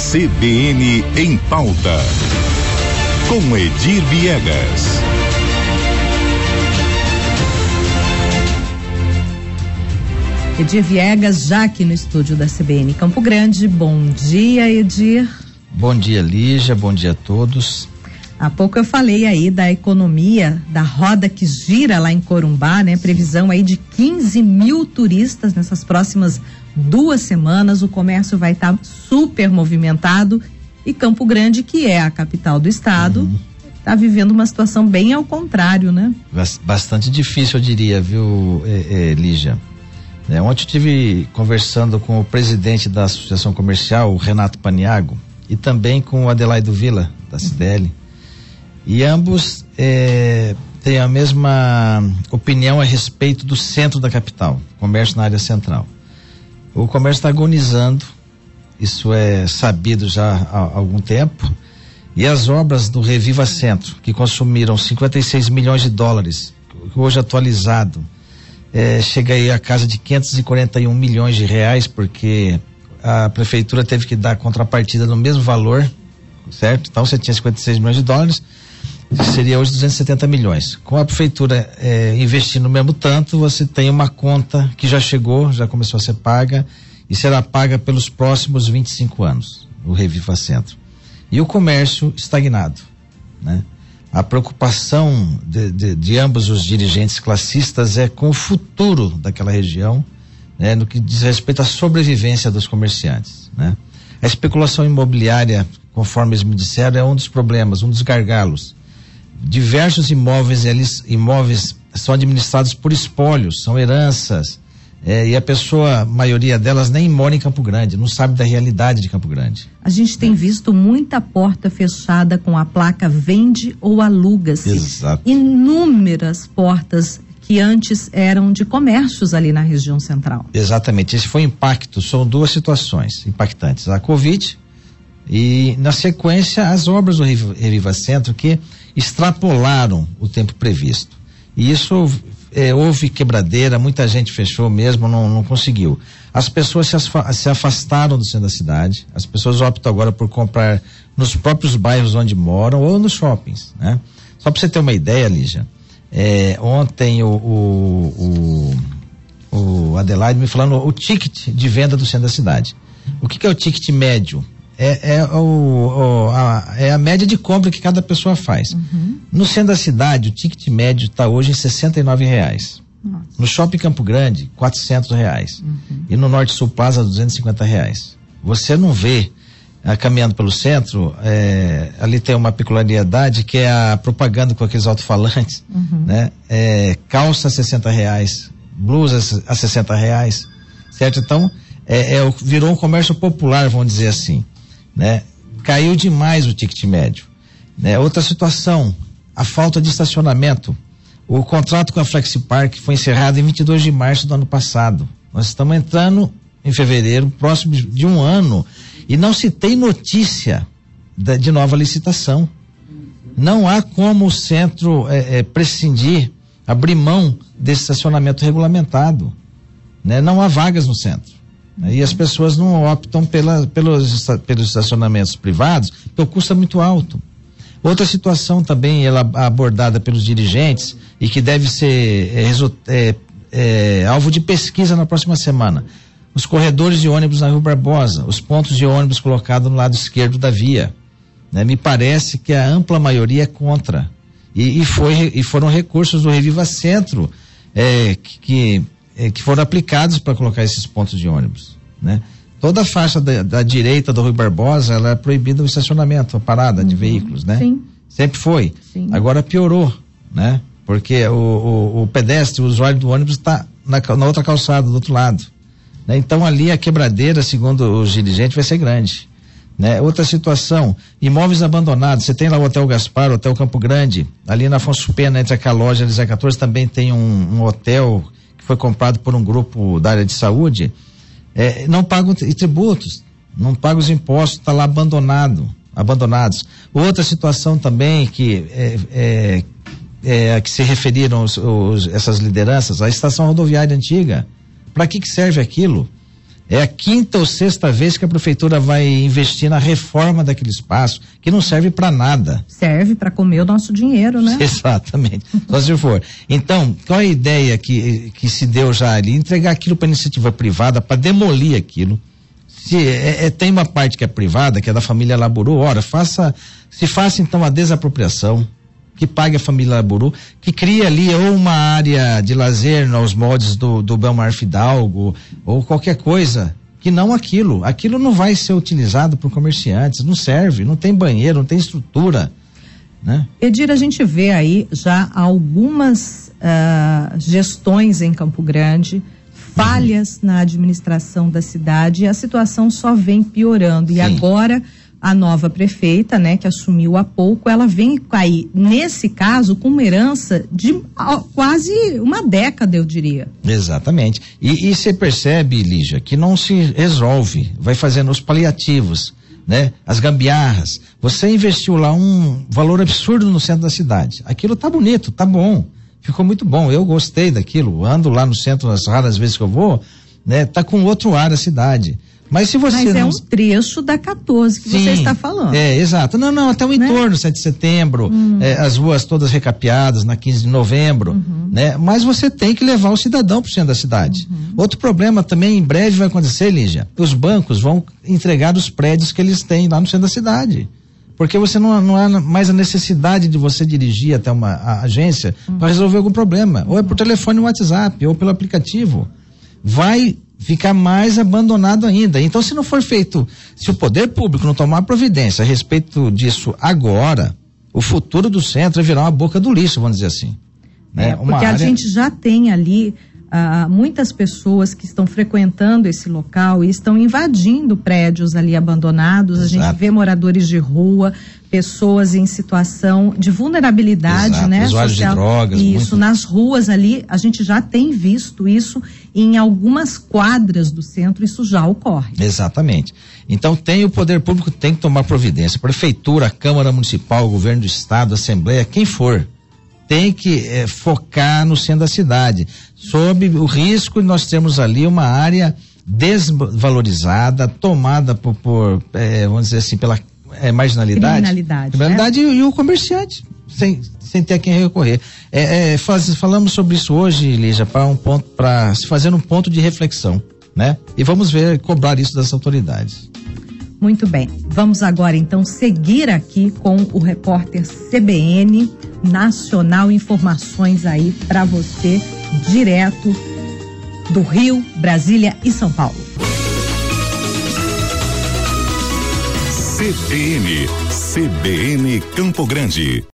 CBN em Pauta, com Edir Viegas. Edir Viegas, já aqui no estúdio da CBN Campo Grande. Bom dia, Edir. Bom dia, Lígia, bom dia a todos. Há pouco eu falei aí da economia, da roda que gira lá em Corumbá, né? Previsão aí de 15 mil turistas nessas próximas 2 semanas. O comércio vai estar super movimentado e Campo Grande, que é a capital do estado, está vivendo uma situação bem ao contrário, né? Bastante difícil, eu diria, viu, Lígia? Ontem eu estive conversando com o presidente da Associação Comercial, o Renato Paniago, e também com o Adelaido Villa, da CDL. E ambos têm a mesma opinião a respeito do centro da capital, comércio na área central. O comércio está agonizando, isso é sabido já há algum tempo, e as obras do Reviva Centro, que consumiram 56 milhões de dólares, hoje atualizado, chega aí a casa de 541 milhões de reais, porque a prefeitura teve que dar contrapartida no mesmo valor, certo? Então você tinha 56 milhões de dólares, seria hoje 270 milhões. Com a prefeitura investindo no mesmo tanto, você tem uma conta que já chegou, já começou a ser paga e será paga pelos próximos 25 anos, o Reviva Centro. E o comércio estagnado, né? A preocupação de ambos os dirigentes classistas é com o futuro daquela região, né, no que diz respeito à sobrevivência dos comerciantes, né? A especulação imobiliária, conforme eles me disseram, é um dos problemas, um dos gargalos. Diversos imóveis são administrados por espólios, são heranças, e a maioria delas nem mora em Campo Grande, não sabe da realidade de Campo Grande. A gente tem visto muita porta fechada com a placa vende ou aluga-se. Exato. Inúmeras portas que antes eram de comércios ali na região central. Exatamente, esse foi o impacto, são 2 situações impactantes, a Covid e, na sequência, as obras do Reviva Centro, que extrapolaram o tempo previsto. E isso, houve quebradeira, muita gente fechou mesmo, não conseguiu. As pessoas se afastaram do centro da cidade, as pessoas optam agora por comprar nos próprios bairros onde moram ou nos shoppings, né? Só para você ter uma ideia, Lígia, ontem o Adelaide me falando o ticket de venda do centro da cidade. O que é o ticket médio? É a média de compra que cada pessoa faz. No centro da cidade, o ticket médio está hoje em R$69. No Shopping Campo Grande, R$400. E no Norte Sul Plaza, R$250. Você não vê, caminhando pelo centro, ali tem uma peculiaridade que é a propaganda com aqueles alto-falantes, né? Calça R$60, blusas a R$60, certo? Então, virou um comércio popular, vamos dizer assim, né? Caiu demais o ticket médio, né? Outra situação, a falta de estacionamento. O contrato com a Flexipark foi encerrado em 22 de março do ano passado. Nós estamos entrando em fevereiro, próximo de um ano, e não se tem notícia de nova licitação. Não há como o centro prescindir, abrir mão desse estacionamento regulamentado, né? Não há vagas no centro. E as pessoas não optam pelos estacionamentos privados, porque o custo é muito alto. Outra situação também, ela abordada pelos dirigentes e que deve ser alvo de pesquisa na próxima semana. Os corredores de ônibus na Rua Barbosa, os pontos de ônibus colocados no lado esquerdo da via, né? Me parece que a ampla maioria é contra. E foram recursos do Reviva Centro que foram aplicados para colocar esses pontos de ônibus, né? Toda a faixa da direita do Rui Barbosa, ela é proibida o estacionamento, a parada de veículos, né? Sim. Sempre foi. Sim. Agora piorou, né? Porque o pedestre, o usuário do ônibus está na outra calçada, do outro lado, né? Então ali a quebradeira, segundo os dirigentes, vai ser grande, né? Outra situação, imóveis abandonados. Você tem lá o Hotel Gaspar, o Hotel Campo Grande, ali na Afonso Pena, entre a loja e a 14, também tem um hotel que foi comprado por um grupo da área de saúde. Não pagam tributos, não pagam os impostos, está lá abandonados. Outra situação também que a que se referiram essas lideranças, a estação rodoviária antiga. Para que serve aquilo? É a quinta ou sexta vez que a prefeitura vai investir na reforma daquele espaço, que não serve para nada. Serve para comer o nosso dinheiro, né? Exatamente. Só se for. Então, qual é a ideia que se deu já ali? Entregar aquilo para iniciativa privada, para demolir aquilo. Tem uma parte que é privada, que é da família Laburu, se faça então a desapropriação, que pague a família Laburu, que crie ali ou uma área de lazer nos moldes do Belmar Fidalgo, ou qualquer coisa, que não aquilo. Aquilo não vai ser utilizado por comerciantes, não serve, não tem banheiro, não tem estrutura, né? Edir, a gente vê aí já algumas gestões em Campo Grande, falhas na administração da cidade, e a situação só vem piorando. Sim. E agora a nova prefeita, né, que assumiu há pouco, ela vem cair, nesse caso, com uma herança de quase uma década, eu diria. Exatamente. E você percebe, Lígia, que não se resolve, vai fazendo os paliativos, né? As gambiarras. Você investiu lá um valor absurdo no centro da cidade. Aquilo tá bonito, tá bom. Ficou muito bom. Eu gostei daquilo. Ando lá no centro, nas raras vezes que eu vou, né? Tá com outro ar a cidade. Mas se você é um trecho da 14 que você está falando. Exato. Não, até o entorno, 7 de setembro, as ruas todas recapeadas na 15 de novembro, né? Mas você tem que levar o cidadão pro centro da cidade. Outro problema também, em breve vai acontecer, Lígia, os bancos vão entregar os prédios que eles têm lá no centro da cidade. Porque você não há mais a necessidade de você dirigir até a agência para resolver algum problema. Ou é por telefone, WhatsApp, ou pelo aplicativo. Vai ficar mais abandonado ainda. Então, se não for feito, se o poder público não tomar providência a respeito disso agora, o futuro do centro vai virar uma boca do lixo, vamos dizer assim. Né? Porque a gente já tem ali muitas pessoas que estão frequentando esse local e estão invadindo prédios ali abandonados. Exato. A gente vê moradores de rua, pessoas em situação de vulnerabilidade, Exato. né? Usuários social. de drogas. Isso, nas ruas ali, a gente já tem visto isso em algumas quadras do centro, isso já ocorre. Exatamente. Então o poder público tem que tomar providência. Prefeitura, Câmara Municipal, Governo do Estado, Assembleia, quem for, tem que focar no centro da cidade, sob o risco de nós termos ali uma área desvalorizada, tomada por vamos dizer assim, pela marginalidade. Criminalidade, né? E o comerciante, sem ter a quem recorrer. Falamos sobre isso hoje, Lígia, para se fazer um ponto de reflexão, né? E vamos cobrar isso das autoridades. Muito bem, vamos agora então seguir aqui com o repórter CBN Nacional, informações aí para você direto do Rio, Brasília e São Paulo. CBN Campo Grande.